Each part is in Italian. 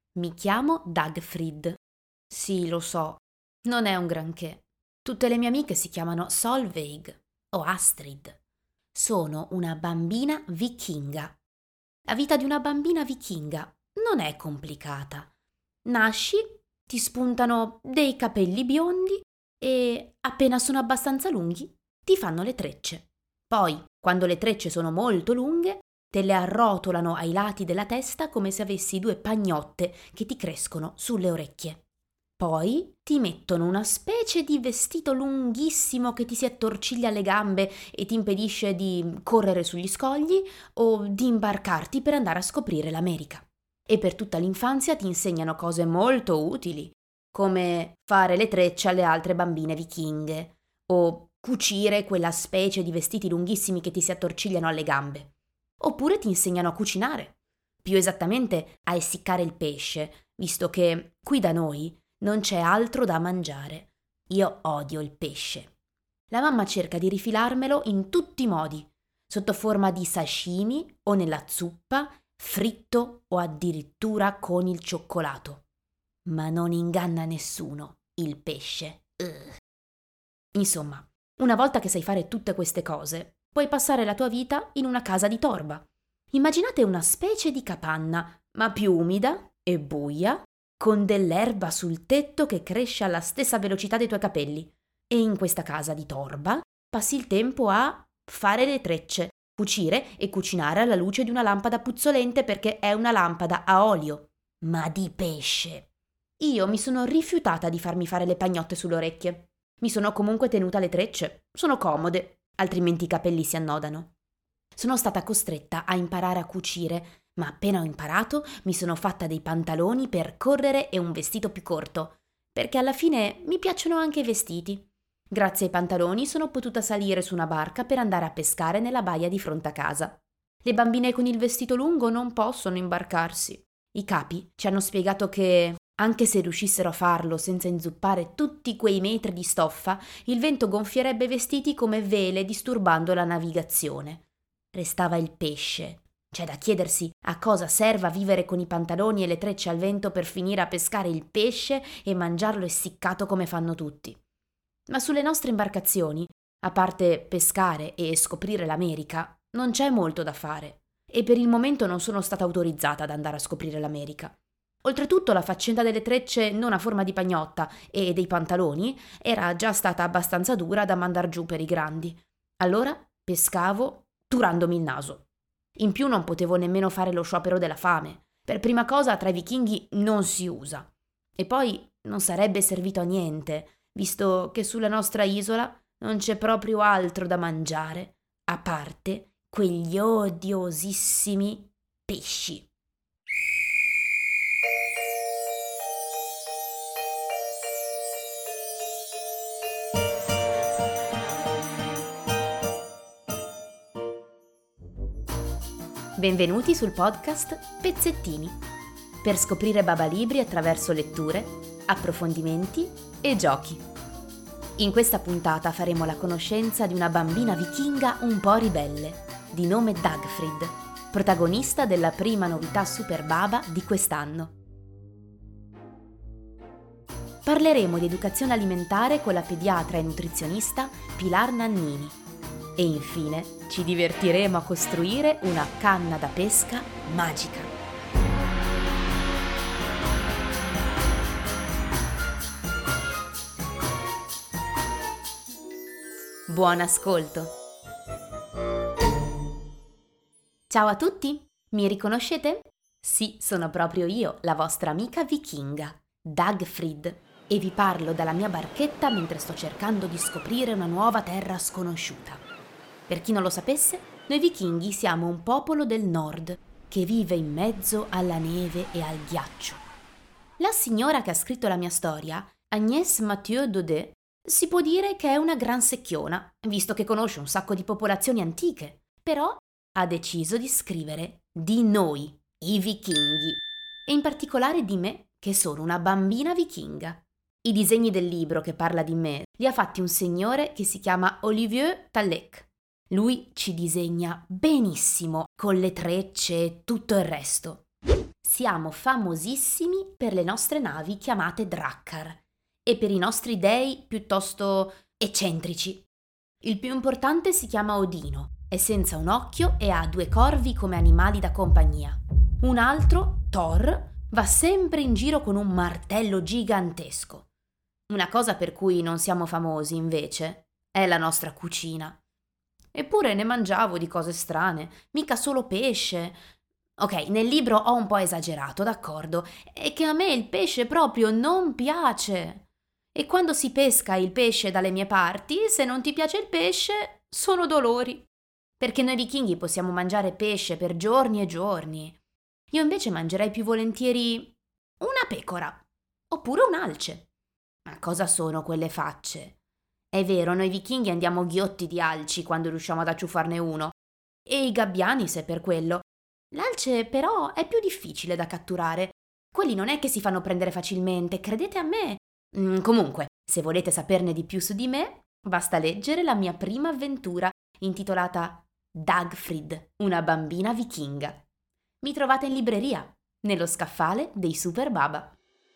Mi chiamo Dagfrid. Sì, lo so, non è un granché. Tutte le mie amiche si chiamano Solveig o Astrid. Sono una bambina vichinga. La vita di una bambina vichinga non è complicata. Nasci, ti spuntano dei capelli biondi e, appena sono abbastanza lunghi, ti fanno le trecce. Poi, quando le trecce sono molto lunghe, te le arrotolano ai lati della testa come se avessi due pagnotte che ti crescono sulle orecchie. Poi ti mettono una specie di vestito lunghissimo che ti si attorciglia alle gambe e ti impedisce di correre sugli scogli o di imbarcarti per andare a scoprire l'America. E per tutta l'infanzia ti insegnano cose molto utili, come fare le trecce alle altre bambine vichinghe o cucire quella specie di vestiti lunghissimi che ti si attorcigliano alle gambe. Oppure ti insegnano a cucinare, più esattamente a essiccare il pesce, visto che qui da noi non c'è altro da mangiare. Io odio il pesce. La mamma cerca di rifilarmelo in tutti i modi, sotto forma di sashimi o nella zuppa, fritto o addirittura con il cioccolato. Ma non inganna nessuno il pesce. Insomma, una volta che sai fare tutte queste cose, puoi passare la tua vita in una casa di torba. Immaginate una specie di capanna, ma più umida e buia, con dell'erba sul tetto che cresce alla stessa velocità dei tuoi capelli. E in questa casa di torba passi il tempo a fare le trecce, cucire e cucinare alla luce di una lampada puzzolente perché è una lampada a olio, ma di pesce. Io mi sono rifiutata di farmi fare le pagnotte sulle orecchie. Mi sono comunque tenuta le trecce, sono comode, altrimenti i capelli si annodano. Sono stata costretta a imparare a cucire, ma appena ho imparato mi sono fatta dei pantaloni per correre e un vestito più corto, perché alla fine mi piacciono anche i vestiti. Grazie ai pantaloni sono potuta salire su una barca per andare a pescare nella baia di fronte a casa. Le bambine con il vestito lungo non possono imbarcarsi. I capi ci hanno spiegato che, anche se riuscissero a farlo senza inzuppare tutti quei metri di stoffa, il vento gonfierebbe i vestiti come vele disturbando la navigazione. Restava il pesce. C'è da chiedersi a cosa serva vivere con i pantaloni e le trecce al vento per finire a pescare il pesce e mangiarlo essiccato come fanno tutti. Ma sulle nostre imbarcazioni, a parte pescare e scoprire l'America, non c'è molto da fare. E per il momento non sono stata autorizzata ad andare a scoprire l'America. Oltretutto la faccenda delle trecce non a forma di pagnotta e dei pantaloni era già stata abbastanza dura da mandar giù per i grandi. Allora pescavo turandomi il naso. In più non potevo nemmeno fare lo sciopero della fame. Per prima cosa tra i vichinghi non si usa. E poi non sarebbe servito a niente, visto che sulla nostra isola non c'è proprio altro da mangiare, a parte quegli odiosissimi pesci. Benvenuti sul podcast Pezzettini, per scoprire babalibri attraverso letture, approfondimenti e giochi. In questa puntata faremo la conoscenza di una bambina vichinga un po' ribelle, di nome Dagfrid, protagonista della prima novità Super Baba di quest'anno. Parleremo di educazione alimentare con la pediatra e nutrizionista Pilar Nannini. E infine ci divertiremo a costruire una canna da pesca magica. Buon ascolto! Ciao a tutti! Mi riconoscete? Sì, sono proprio io, la vostra amica vichinga, Dagfrid, e vi parlo dalla mia barchetta mentre sto cercando di scoprire una nuova terra sconosciuta. Per chi non lo sapesse, noi vichinghi siamo un popolo del nord che vive in mezzo alla neve e al ghiaccio. La signora che ha scritto la mia storia, Agnès Mathieu Daudet, si può dire che è una gran secchiona, visto che conosce un sacco di popolazioni antiche, però ha deciso di scrivere di noi, i vichinghi, e in particolare di me, che sono una bambina vichinga. I disegni del libro che parla di me li ha fatti un signore che si chiama Olivier Tallec. Lui ci disegna benissimo, con le trecce e tutto il resto. siamo famosissimi per le nostre navi chiamate Drakkar e per i nostri dei piuttosto eccentrici. Il più importante si chiama Odino, è senza un occhio e ha 2 corvi come animali da compagnia. Un altro, Thor, va sempre in giro con un martello gigantesco. Una cosa per cui non siamo famosi, invece, è la nostra cucina. Eppure ne mangiavo di cose strane, mica solo pesce. Ok, nel libro ho un po' esagerato, d'accordo, è che a me il pesce proprio non piace. E quando si pesca il pesce dalle mie parti, se non ti piace il pesce, sono dolori. Perché noi vichinghi possiamo mangiare pesce per giorni e giorni. Io invece mangerei più volentieri una pecora, oppure un'alce. Ma cosa sono quelle facce? È vero, noi vichinghi andiamo ghiotti di alci quando riusciamo ad acciuffarne uno. E i gabbiani, se per quello. L'alce, però, è più difficile da catturare. Quelli non è che si fanno prendere facilmente, credete a me. Comunque, se volete saperne di più su di me, basta leggere la mia prima avventura, intitolata Dagfrid, una bambina vichinga. Mi trovate in libreria, nello scaffale dei Super Baba.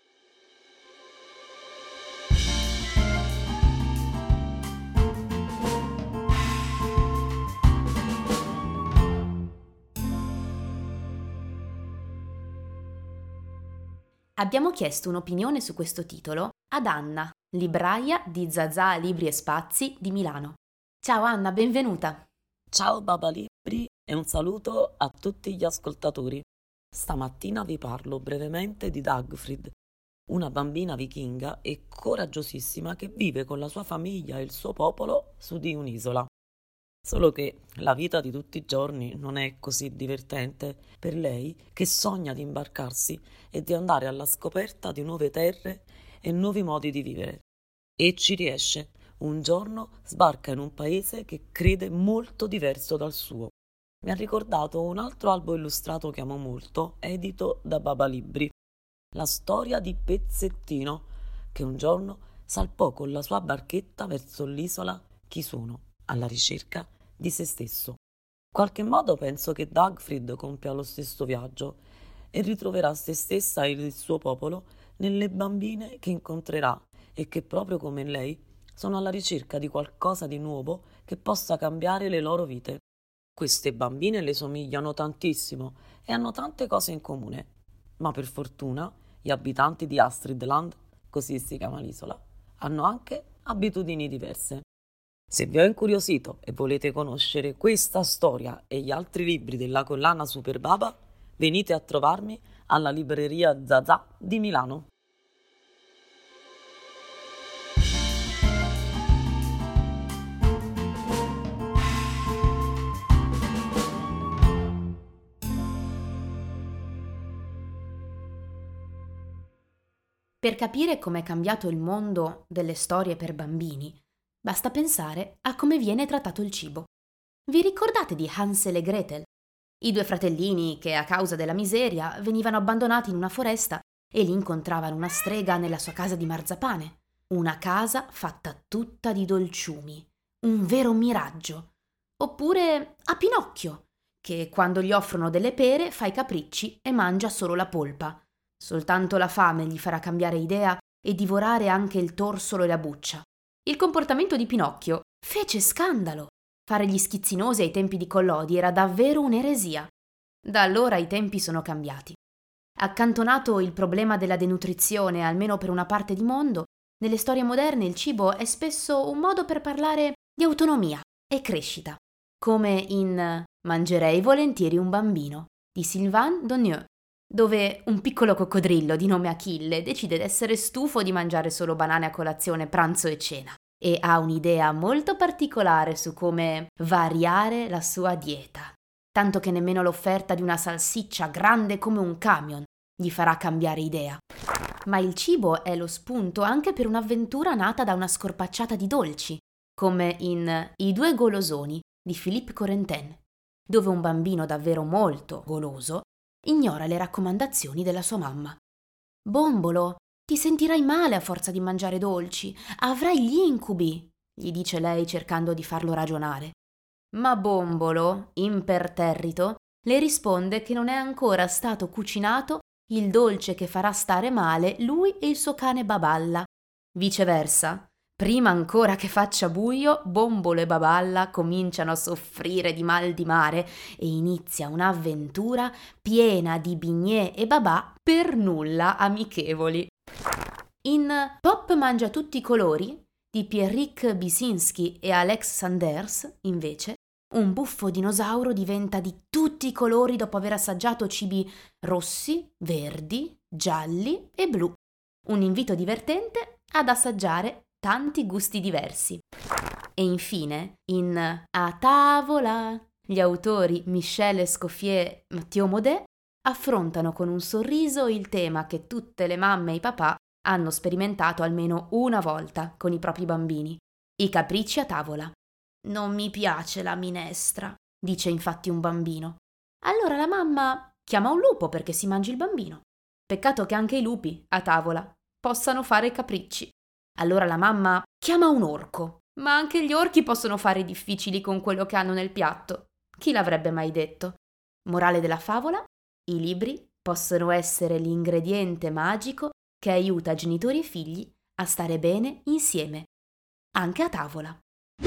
Abbiamo chiesto un'opinione su questo titolo ad Anna, libraia di Zazà Libri e Spazi di Milano. Ciao Anna, benvenuta. Ciao Baba Libri e un saluto a tutti gli ascoltatori. Stamattina vi parlo brevemente di Dagfrid, una bambina vichinga e coraggiosissima che vive con la sua famiglia e il suo popolo su di un'isola. Solo che la vita di tutti i giorni non è così divertente per lei, che sogna di imbarcarsi e di andare alla scoperta di nuove terre e nuovi modi di vivere. E ci riesce. Un giorno sbarca in un paese che crede molto diverso dal suo. Mi ha ricordato un altro albo illustrato che amo molto, edito da Baba Libri, la storia di Pezzettino, che un giorno salpò con la sua barchetta verso l'isola Chisuno, alla ricerca di se stesso. In qualche modo penso che Dagfrid compia lo stesso viaggio e ritroverà se stessa e il suo popolo nelle bambine che incontrerà e che proprio come lei sono alla ricerca di qualcosa di nuovo che possa cambiare le loro vite. Queste bambine le somigliano tantissimo e hanno tante cose in comune, ma per fortuna gli abitanti di Astridland, così si chiama l'isola, hanno anche abitudini diverse. Se vi ho incuriosito e volete conoscere questa storia e gli altri libri della collana Super Baba, venite a trovarmi alla libreria Zazà di Milano. Per capire com'è cambiato il mondo delle storie per bambini, basta pensare a come viene trattato il cibo. Vi ricordate di Hansel e Gretel? I 2 fratellini che a causa della miseria venivano abbandonati in una foresta e lì incontravano una strega nella sua casa di marzapane. Una casa fatta tutta di dolciumi. Un vero miraggio. Oppure a Pinocchio, che quando gli offrono delle pere fa i capricci e mangia solo la polpa. Soltanto la fame gli farà cambiare idea e divorare anche il torsolo e la buccia. Il comportamento di Pinocchio fece scandalo. Fare gli schizzinosi ai tempi di Collodi era davvero un'eresia. Da allora i tempi sono cambiati. Accantonato il problema della denutrizione, almeno per una parte di mondo, nelle storie moderne il cibo è spesso un modo per parlare di autonomia e crescita, come in Mangerei volentieri un bambino di Sylvain Donnieux, dove un piccolo coccodrillo di nome Achille decide d'essere stufo di mangiare solo banane a colazione, pranzo e cena e ha un'idea molto particolare su come variare la sua dieta, tanto che nemmeno l'offerta di una salsiccia grande come un camion gli farà cambiare idea. Ma il cibo è lo spunto anche per un'avventura nata da una scorpacciata di dolci, come in I 2 golosoni di Philippe Corentin, dove un bambino davvero molto goloso ignora le raccomandazioni della sua mamma. Bombolo, ti sentirai male a forza di mangiare dolci, avrai gli incubi, gli dice lei cercando di farlo ragionare. Ma Bombolo, imperterrito, le risponde che non è ancora stato cucinato il dolce che farà stare male lui e il suo cane Baballa. Viceversa, prima ancora che faccia buio, Bombolo e Baballa cominciano a soffrire di mal di mare e inizia un'avventura piena di bignè e babà per nulla amichevoli. In Pop mangia tutti i colori di Pierrick Bisinski e Alex Sanders, invece, un buffo dinosauro diventa di tutti i colori dopo aver assaggiato cibi rossi, verdi, gialli e blu. Un invito divertente ad assaggiare tanti gusti diversi. E infine, in A tavola, gli autori Michel Escoffier e Mathieu Maudet affrontano con un sorriso il tema che tutte le mamme e i papà hanno sperimentato almeno una volta con i propri bambini: i capricci a tavola. Non mi piace la minestra, dice infatti un bambino. Allora la mamma chiama un lupo perché si mangi il bambino. Peccato che anche i lupi, a tavola, possano fare capricci. Allora la mamma chiama un orco, ma anche gli orchi possono fare i difficili con quello che hanno nel piatto. Chi l'avrebbe mai detto? Morale della favola? I libri possono essere l'ingrediente magico che aiuta genitori e figli a stare bene insieme, anche a tavola.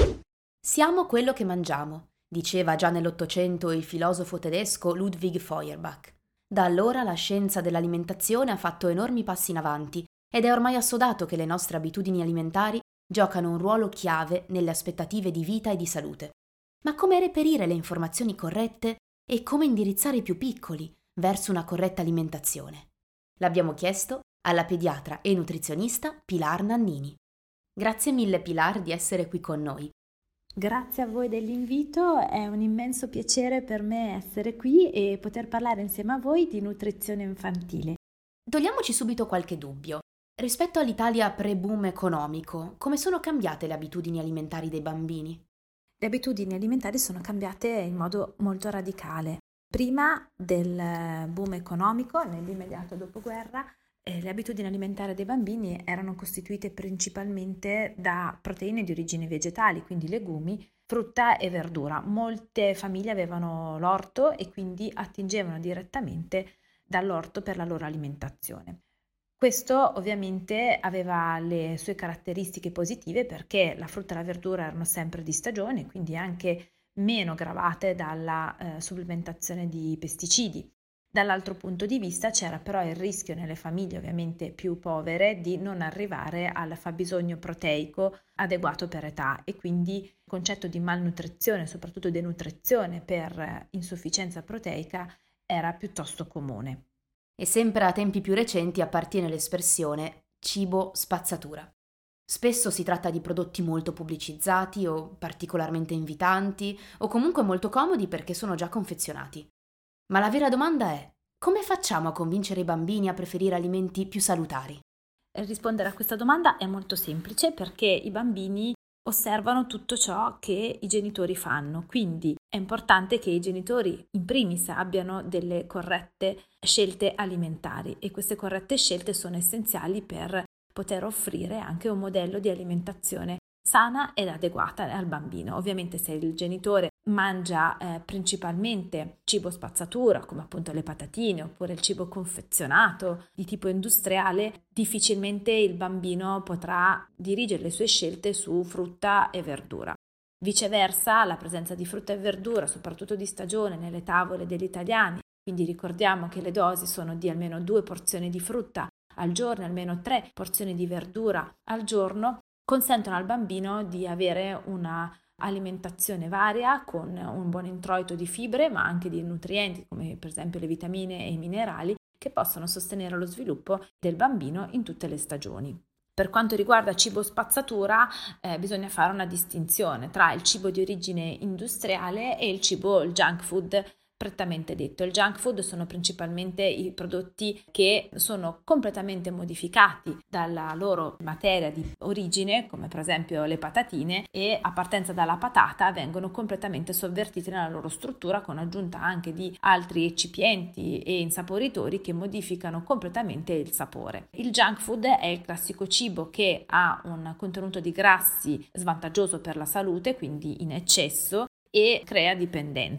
Siamo quello che mangiamo, diceva già nell'Ottocento il filosofo tedesco Ludwig Feuerbach. Da allora la scienza dell'alimentazione ha fatto enormi passi in avanti ed è ormai assodato che le nostre abitudini alimentari giocano un ruolo chiave nelle aspettative di vita e di salute. Ma come reperire le informazioni corrette e come indirizzare i più piccoli verso una corretta alimentazione? L'abbiamo chiesto alla pediatra e nutrizionista Pilar Nannini. Grazie mille Pilar di essere qui con noi. Grazie a voi dell'invito, è un immenso piacere per me essere qui e poter parlare insieme a voi di nutrizione infantile. Togliamoci subito qualche dubbio. Rispetto all'Italia pre-boom economico, come sono cambiate le abitudini alimentari dei bambini? Le abitudini alimentari sono cambiate in modo molto radicale. Prima del boom economico, nell'immediato dopoguerra, le abitudini alimentari dei bambini erano costituite principalmente da proteine di origine vegetali, quindi legumi, frutta e verdura. Molte famiglie avevano l'orto e quindi attingevano direttamente dall'orto per la loro alimentazione. Questo ovviamente aveva le sue caratteristiche positive perché la frutta e la verdura erano sempre di stagione, quindi anche meno gravate dalla supplementazione di pesticidi. Dall'altro punto di vista c'era però il rischio nelle famiglie ovviamente più povere di non arrivare al fabbisogno proteico adeguato per età e quindi il concetto di malnutrizione, soprattutto denutrizione per insufficienza proteica, era piuttosto comune. E sempre a tempi più recenti appartiene l'espressione cibo spazzatura. Spesso si tratta di prodotti molto pubblicizzati o particolarmente invitanti o comunque molto comodi perché sono già confezionati. Ma la vera domanda è: come facciamo a convincere i bambini a preferire alimenti più salutari? Rispondere a questa domanda è molto semplice perché i bambini osservano tutto ciò che i genitori fanno, quindi è importante che i genitori in primis abbiano delle corrette scelte alimentari e queste corrette scelte sono essenziali per poter offrire anche un modello di alimentazione sana ed adeguata al bambino. Ovviamente se il genitore mangia principalmente cibo spazzatura come appunto le patatine oppure il cibo confezionato di tipo industriale, difficilmente il bambino potrà dirigere le sue scelte su frutta e verdura. Viceversa, la presenza di frutta e verdura, soprattutto di stagione, nelle tavole degli italiani, quindi ricordiamo che le dosi sono di almeno 2 porzioni di frutta al giorno, almeno 3 porzioni di verdura al giorno, consentono al bambino di avere una alimentazione varia con un buon introito di fibre ma anche di nutrienti come per esempio le vitamine e i minerali che possono sostenere lo sviluppo del bambino in tutte le stagioni. Per quanto riguarda cibo spazzatura bisogna fare una distinzione tra il cibo di origine industriale e il junk food prettamente detto. Il junk food sono principalmente i prodotti che sono completamente modificati dalla loro materia di origine, come per esempio le patatine, e a partenza dalla patata vengono completamente sovvertiti nella loro struttura con aggiunta anche di altri eccipienti e insaporitori che modificano completamente il sapore. Il junk food è il classico cibo che ha un contenuto di grassi svantaggioso per la salute, quindi in eccesso, e crea dipendenza.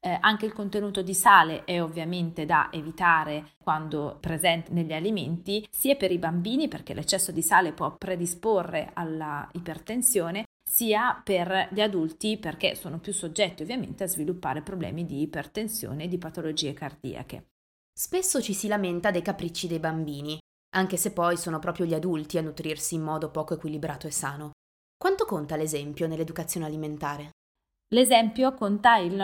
Anche il contenuto di sale è ovviamente da evitare quando presente negli alimenti, sia per i bambini perché l'eccesso di sale può predisporre alla ipertensione, sia per gli adulti perché sono più soggetti ovviamente a sviluppare problemi di ipertensione e di patologie cardiache. Spesso ci si lamenta dei capricci dei bambini, anche se poi sono proprio gli adulti a nutrirsi in modo poco equilibrato e sano. Quanto conta l'esempio nell'educazione alimentare? L'esempio conta il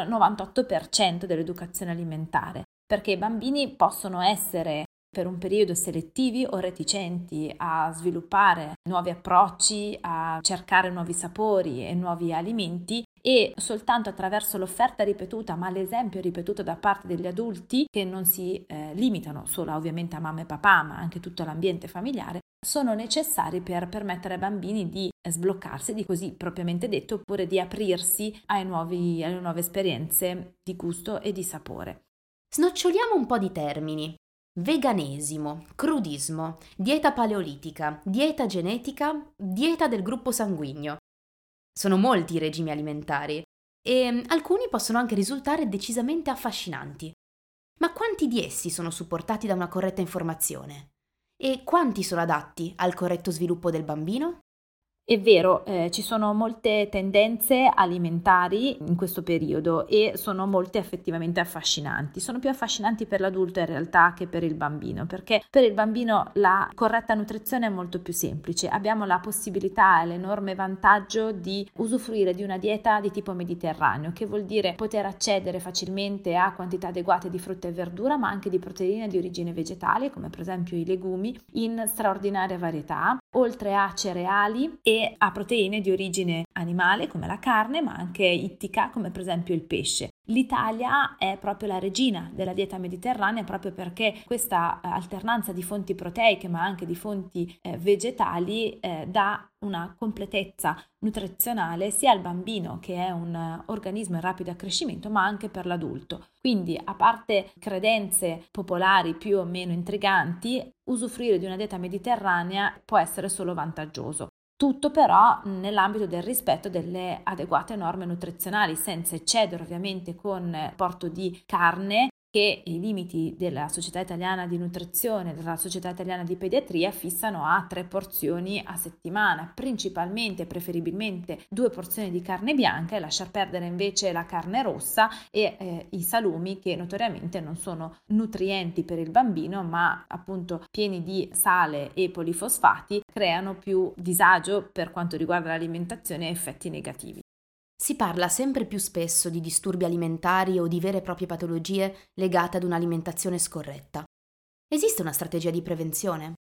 98% dell'educazione alimentare, perché i bambini possono essere per un periodo selettivi o reticenti a sviluppare nuovi approcci, a cercare nuovi sapori e nuovi alimenti, e soltanto attraverso l'offerta ripetuta, ma l'esempio ripetuto da parte degli adulti, che non si limitano solo ovviamente a mamma e papà, ma anche tutto l'ambiente familiare, sono necessari per permettere ai bambini di sbloccarsi, di così propriamente detto, oppure di aprirsi alle nuove esperienze di gusto e di sapore. Snoccioliamo un po' di termini. Veganesimo, crudismo, dieta paleolitica, dieta genetica, dieta del gruppo sanguigno. Sono molti i regimi alimentari e alcuni possono anche risultare decisamente affascinanti. Ma quanti di essi sono supportati da una corretta informazione? E quanti sono adatti al corretto sviluppo del bambino? È vero, ci sono molte tendenze alimentari in questo periodo e sono molte effettivamente affascinanti. Sono più affascinanti per l'adulto in realtà che per il bambino, perché per il bambino la corretta nutrizione è molto più semplice. Abbiamo la possibilità e l'enorme vantaggio di usufruire di una dieta di tipo mediterraneo, che vuol dire poter accedere facilmente a quantità adeguate di frutta e verdura, ma anche di proteine di origine vegetale, come per esempio i legumi, in straordinaria varietà, oltre a cereali e a proteine di origine animale come la carne, ma anche ittica come per esempio il pesce. L'Italia è proprio la regina della dieta mediterranea proprio perché questa alternanza di fonti proteiche ma anche di fonti vegetali dà una completezza nutrizionale sia al bambino, che è un organismo in rapido accrescimento, ma anche per l'adulto. Quindi, a parte credenze popolari più o meno intriganti, usufruire di una dieta mediterranea può essere solo vantaggioso. Tutto però nell'ambito del rispetto delle adeguate norme nutrizionali, senza eccedere ovviamente con porto di carne, che i limiti della Società Italiana di Nutrizione, della Società Italiana di Pediatria fissano a 3 porzioni a settimana, principalmente, preferibilmente 2 porzioni di carne bianca e lasciar perdere invece la carne rossa e i salumi, che notoriamente non sono nutrienti per il bambino, ma appunto pieni di sale e polifosfati, creano più disagio per quanto riguarda l'alimentazione e effetti negativi. Si parla sempre più spesso di disturbi alimentari o di vere e proprie patologie legate ad un'alimentazione scorretta. Esiste una strategia di prevenzione?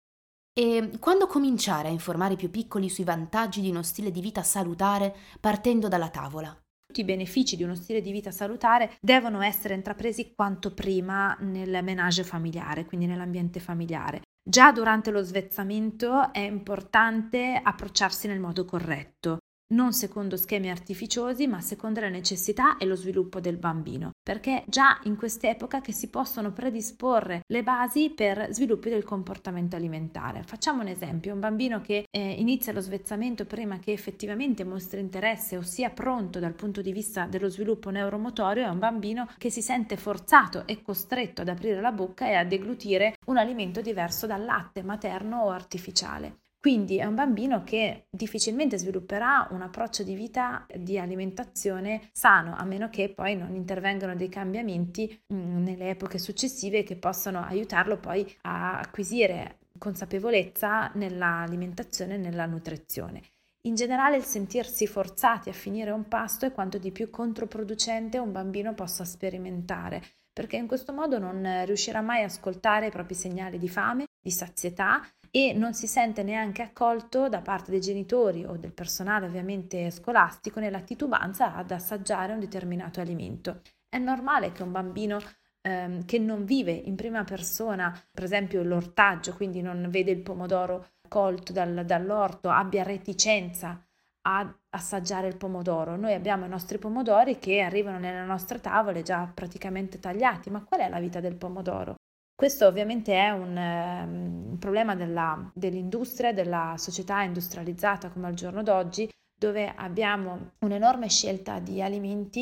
E quando cominciare a informare i più piccoli sui vantaggi di uno stile di vita salutare partendo dalla tavola? Tutti i benefici di uno stile di vita salutare devono essere intrapresi quanto prima nel ménage familiare, quindi nell'ambiente familiare. Già durante lo svezzamento è importante approcciarsi nel modo corretto, non secondo schemi artificiosi, ma secondo le necessità e lo sviluppo del bambino, perché già in quest'epoca che si possono predisporre le basi per sviluppi del comportamento alimentare. Facciamo un esempio: un bambino che inizia lo svezzamento prima che effettivamente mostri interesse o sia pronto dal punto di vista dello sviluppo neuromotorio è un bambino che si sente forzato e costretto ad aprire la bocca e a deglutire un alimento diverso dal latte materno o artificiale. Quindi è un bambino che difficilmente svilupperà un approccio di vita, di alimentazione sano, a meno che poi non intervengano dei cambiamenti nelle epoche successive che possano aiutarlo poi a acquisire consapevolezza nell'alimentazione e nella nutrizione. In generale il sentirsi forzati a finire un pasto è quanto di più controproducente un bambino possa sperimentare, perché in questo modo non riuscirà mai a ascoltare i propri segnali di fame, di sazietà, e non si sente neanche accolto da parte dei genitori o del personale ovviamente scolastico nella titubanza ad assaggiare un determinato alimento. È normale che un bambino che non vive in prima persona, per esempio l'ortaggio, quindi non vede il pomodoro colto dall'orto, abbia reticenza ad assaggiare il pomodoro. Noi abbiamo i nostri pomodori che arrivano nelle nostre tavole già praticamente tagliati, ma qual è la vita del pomodoro? Questo ovviamente è un problema dell'industria, della società industrializzata come al giorno d'oggi, dove abbiamo un'enorme scelta di alimenti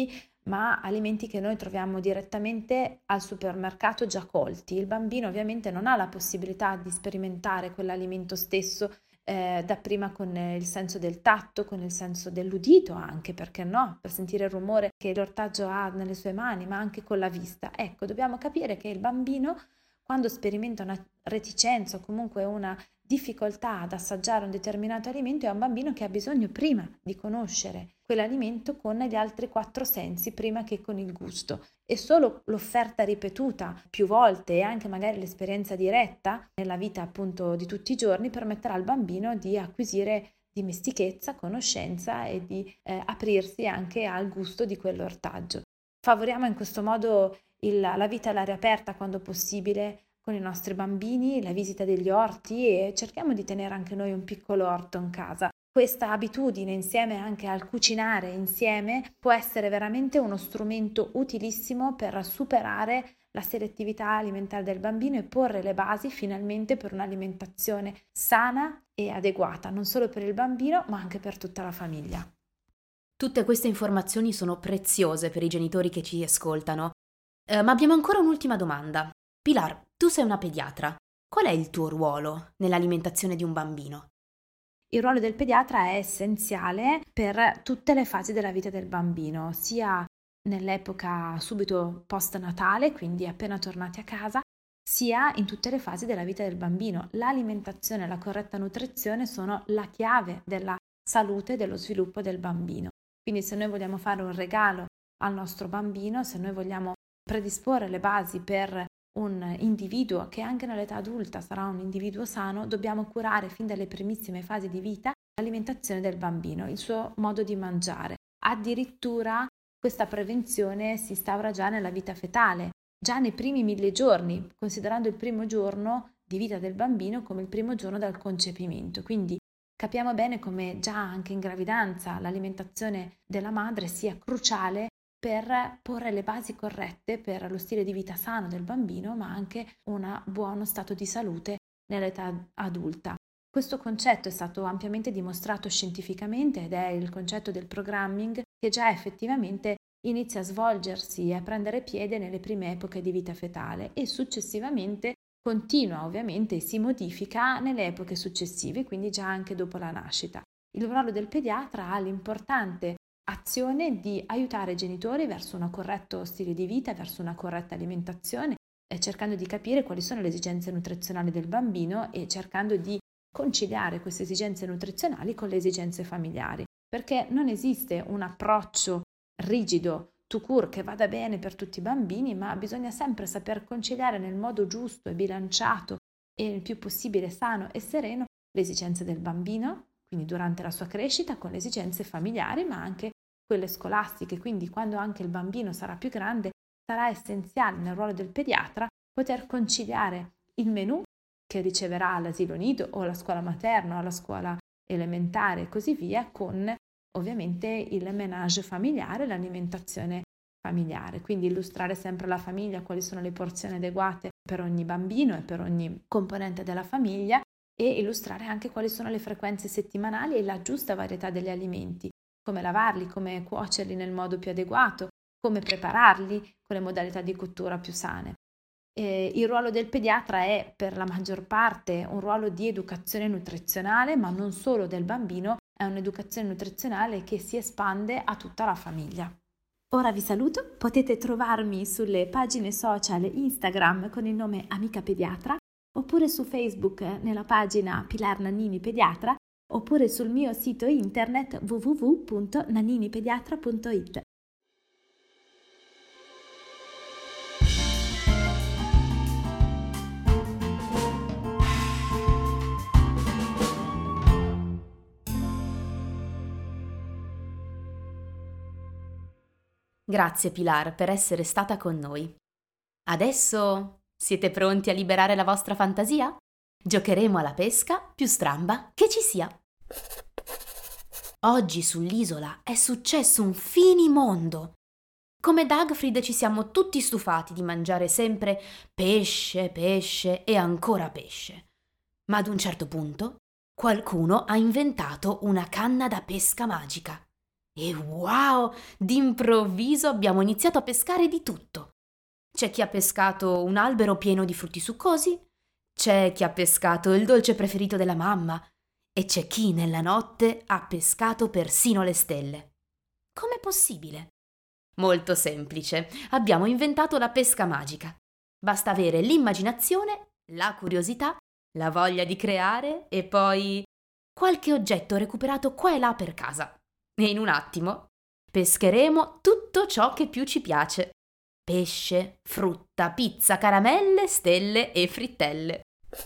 ma alimenti che noi troviamo direttamente al supermercato già colti. Il bambino ovviamente non ha la possibilità di sperimentare quell'alimento stesso dapprima con il senso del tatto, con il senso dell'udito anche, perché no, per sentire il rumore che l'ortaggio ha nelle sue mani, ma anche con la vista. Ecco, dobbiamo capire che il bambino, quando sperimenta una reticenza o comunque una difficoltà ad assaggiare un determinato alimento, è un bambino che ha bisogno prima di conoscere quell'alimento con gli altri 4 sensi prima che con il gusto, e solo l'offerta ripetuta più volte e anche magari l'esperienza diretta nella vita appunto di tutti i giorni permetterà al bambino di acquisire dimestichezza, conoscenza e di aprirsi anche al gusto di quell'ortaggio. Favoriamo in questo modo la vita all'aria aperta quando possibile con i nostri bambini, la visita degli orti, e cerchiamo di tenere anche noi un piccolo orto in casa. Questa abitudine, insieme anche al cucinare insieme, può essere veramente uno strumento utilissimo per superare la selettività alimentare del bambino e porre le basi finalmente per un'alimentazione sana e adeguata, non solo per il bambino ma anche per tutta la famiglia. Tutte queste informazioni sono preziose per i genitori che ci ascoltano. Ma abbiamo ancora un'ultima domanda. Pilar, tu sei una pediatra. Qual è il tuo ruolo nell'alimentazione di un bambino? Il ruolo del pediatra è essenziale per tutte le fasi della vita del bambino, sia nell'epoca subito post-natale, quindi appena tornati a casa, sia in tutte le fasi della vita del bambino. L'alimentazione e la corretta nutrizione sono la chiave della salute e dello sviluppo del bambino. Quindi se noi vogliamo fare un regalo al nostro bambino, se noi vogliamo predisporre le basi per un individuo che anche nell'età adulta sarà un individuo sano, dobbiamo curare fin dalle primissime fasi di vita l'alimentazione del bambino, il suo modo di mangiare. Addirittura questa prevenzione si instaura già nella vita fetale, già nei primi 1000 giorni, considerando il primo giorno di vita del bambino come il primo giorno dal concepimento. Quindi capiamo bene come già anche in gravidanza l'alimentazione della madre sia cruciale per porre le basi corrette per lo stile di vita sano del bambino, ma anche un buono stato di salute nell'età adulta. Questo concetto è stato ampiamente dimostrato scientificamente ed è il concetto del programming, che già effettivamente inizia a svolgersi e a prendere piede nelle prime epoche di vita fetale e successivamente continua ovviamente e si modifica nelle epoche successive, quindi già anche dopo la nascita. Il ruolo del pediatra ha l'importante azione di aiutare i genitori verso un corretto stile di vita, verso una corretta alimentazione, cercando di capire quali sono le esigenze nutrizionali del bambino e cercando di conciliare queste esigenze nutrizionali con le esigenze familiari, perché non esiste un approccio rigido, tout court, che vada bene per tutti i bambini, ma bisogna sempre saper conciliare nel modo giusto e bilanciato e il più possibile sano e sereno le esigenze del bambino, quindi durante la sua crescita, con le esigenze familiari, ma anche quelle scolastiche. Quindi quando anche il bambino sarà più grande, sarà essenziale nel ruolo del pediatra poter conciliare il menù che riceverà all'asilo nido o alla scuola materna o alla scuola elementare e così via, con ovviamente il ménage familiare, l'alimentazione familiare. Quindi illustrare sempre alla famiglia quali sono le porzioni adeguate per ogni bambino e per ogni componente della famiglia, e illustrare anche quali sono le frequenze settimanali e la giusta varietà degli alimenti, come lavarli, come cuocerli nel modo più adeguato, come prepararli con le modalità di cottura più sane. Il ruolo del pediatra è per la maggior parte un ruolo di educazione nutrizionale, ma non solo del bambino, è un'educazione nutrizionale che si espande a tutta la famiglia. Ora vi saluto, potete trovarmi sulle pagine social Instagram con il nome Amica Pediatra, oppure su Facebook nella pagina Pilar Nannini Pediatra, oppure sul mio sito internet www.nanninipediatra.it. Grazie Pilar per essere stata con noi. Adesso siete pronti a liberare la vostra fantasia? Giocheremo alla pesca più stramba che ci sia. Oggi sull'isola è successo un finimondo. Come Dagfrid ci siamo tutti stufati di mangiare sempre pesce, pesce e ancora pesce. Ma ad un certo punto qualcuno ha inventato una canna da pesca magica. E wow, d'improvviso abbiamo iniziato a pescare di tutto. C'è chi ha pescato un albero pieno di frutti succosi, c'è chi ha pescato il dolce preferito della mamma e c'è chi nella notte ha pescato persino le stelle. Com'è possibile? Molto semplice, abbiamo inventato la pesca magica. Basta avere l'immaginazione, la curiosità, la voglia di creare e poi qualche oggetto recuperato qua e là per casa. E in un attimo pescheremo tutto ciò che più ci piace. Pesce, frutta, pizza, caramelle, stelle e frittelle.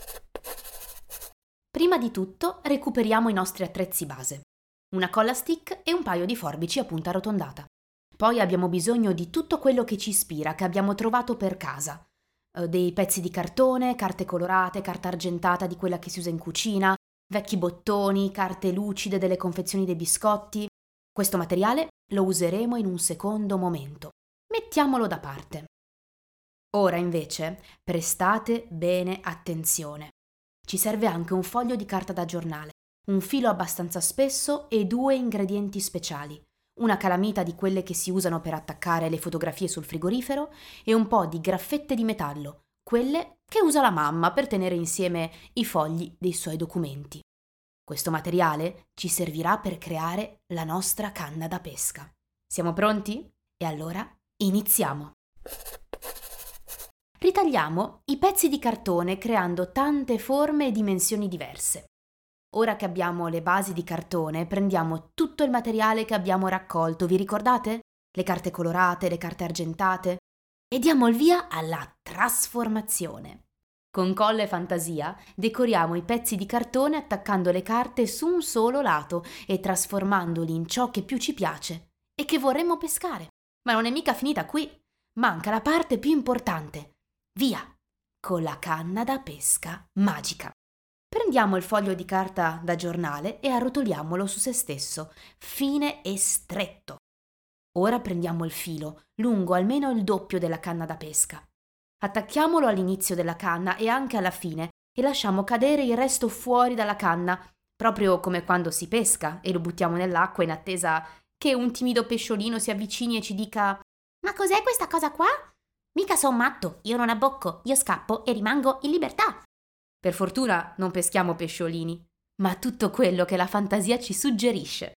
Prima di tutto recuperiamo i nostri attrezzi base. Una colla stick e un paio di forbici a punta arrotondata. Poi abbiamo bisogno di tutto quello che ci ispira, che abbiamo trovato per casa. Dei pezzi di cartone, carte colorate, carta argentata di quella che si usa in cucina, vecchi bottoni, carte lucide delle confezioni dei biscotti. Questo materiale lo useremo in un secondo momento. Mettiamolo da parte. Ora invece prestate bene attenzione. Ci serve anche un foglio di carta da giornale, un filo abbastanza spesso e 2 ingredienti speciali. Una calamita di quelle che si usano per attaccare le fotografie sul frigorifero e un po' di graffette di metallo, quelle che usa la mamma per tenere insieme i fogli dei suoi documenti. Questo materiale ci servirà per creare la nostra canna da pesca. Siamo pronti? E allora iniziamo! Ritagliamo i pezzi di cartone creando tante forme e dimensioni diverse. Ora che abbiamo le basi di cartone, prendiamo tutto il materiale che abbiamo raccolto, vi ricordate? Le carte colorate, le carte argentate, e diamo il via alla trasformazione. Con colla e fantasia decoriamo i pezzi di cartone attaccando le carte su un solo lato e trasformandoli in ciò che più ci piace e che vorremmo pescare. Ma non è mica finita qui, manca la parte più importante. Via, con la canna da pesca magica. Prendiamo il foglio di carta da giornale e arrotoliamolo su se stesso, fine e stretto. Ora prendiamo il filo, lungo almeno il doppio della canna da pesca. Attacchiamolo all'inizio della canna e anche alla fine e lasciamo cadere il resto fuori dalla canna, proprio come quando si pesca e lo buttiamo nell'acqua in attesa che un timido pesciolino si avvicini e ci dica: «Ma cos'è questa cosa qua? Mica son matto, io non abbocco, io scappo e rimango in libertà». Per fortuna non peschiamo pesciolini, ma tutto quello che la fantasia ci suggerisce.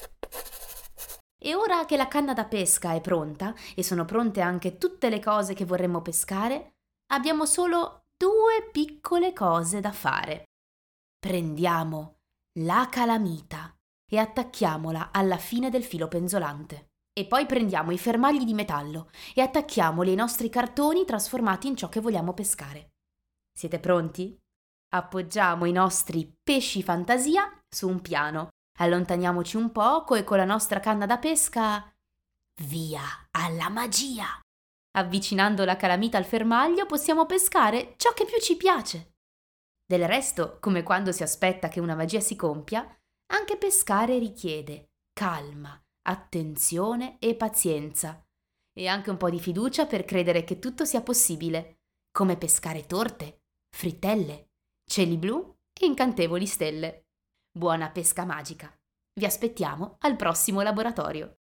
E ora che la canna da pesca è pronta e sono pronte anche tutte le cose che vorremmo pescare, abbiamo solo 2 piccole cose da fare. Prendiamo la calamita e attacchiamola alla fine del filo penzolante. E poi prendiamo i fermagli di metallo e attacchiamoli ai nostri cartoni trasformati in ciò che vogliamo pescare. Siete pronti? Appoggiamo i nostri pesci fantasia su un piano, allontaniamoci un poco e con la nostra canna da pesca via alla magia! Avvicinando la calamita al fermaglio possiamo pescare ciò che più ci piace. Del resto, come quando si aspetta che una magia si compia, anche pescare richiede calma, attenzione e pazienza, e anche un po' di fiducia per credere che tutto sia possibile, come pescare torte, frittelle, cieli blu e incantevoli stelle. Buona pesca magica! Vi aspettiamo al prossimo laboratorio!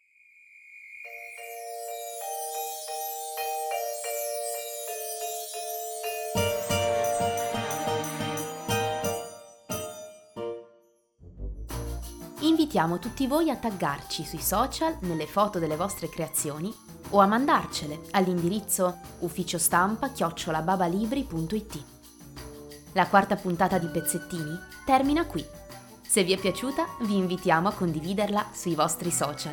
Invitiamo tutti voi a taggarci sui social nelle foto delle vostre creazioni o a mandarcele all'indirizzo ufficiostampa@babalibri.it. La 4ª puntata di Pezzettini termina qui. Se vi è piaciuta, vi invitiamo a condividerla sui vostri social.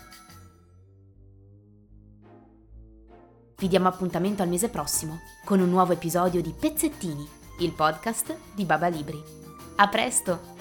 Vi diamo appuntamento al mese prossimo con un nuovo episodio di Pezzettini, il podcast di Baba Libri. A presto!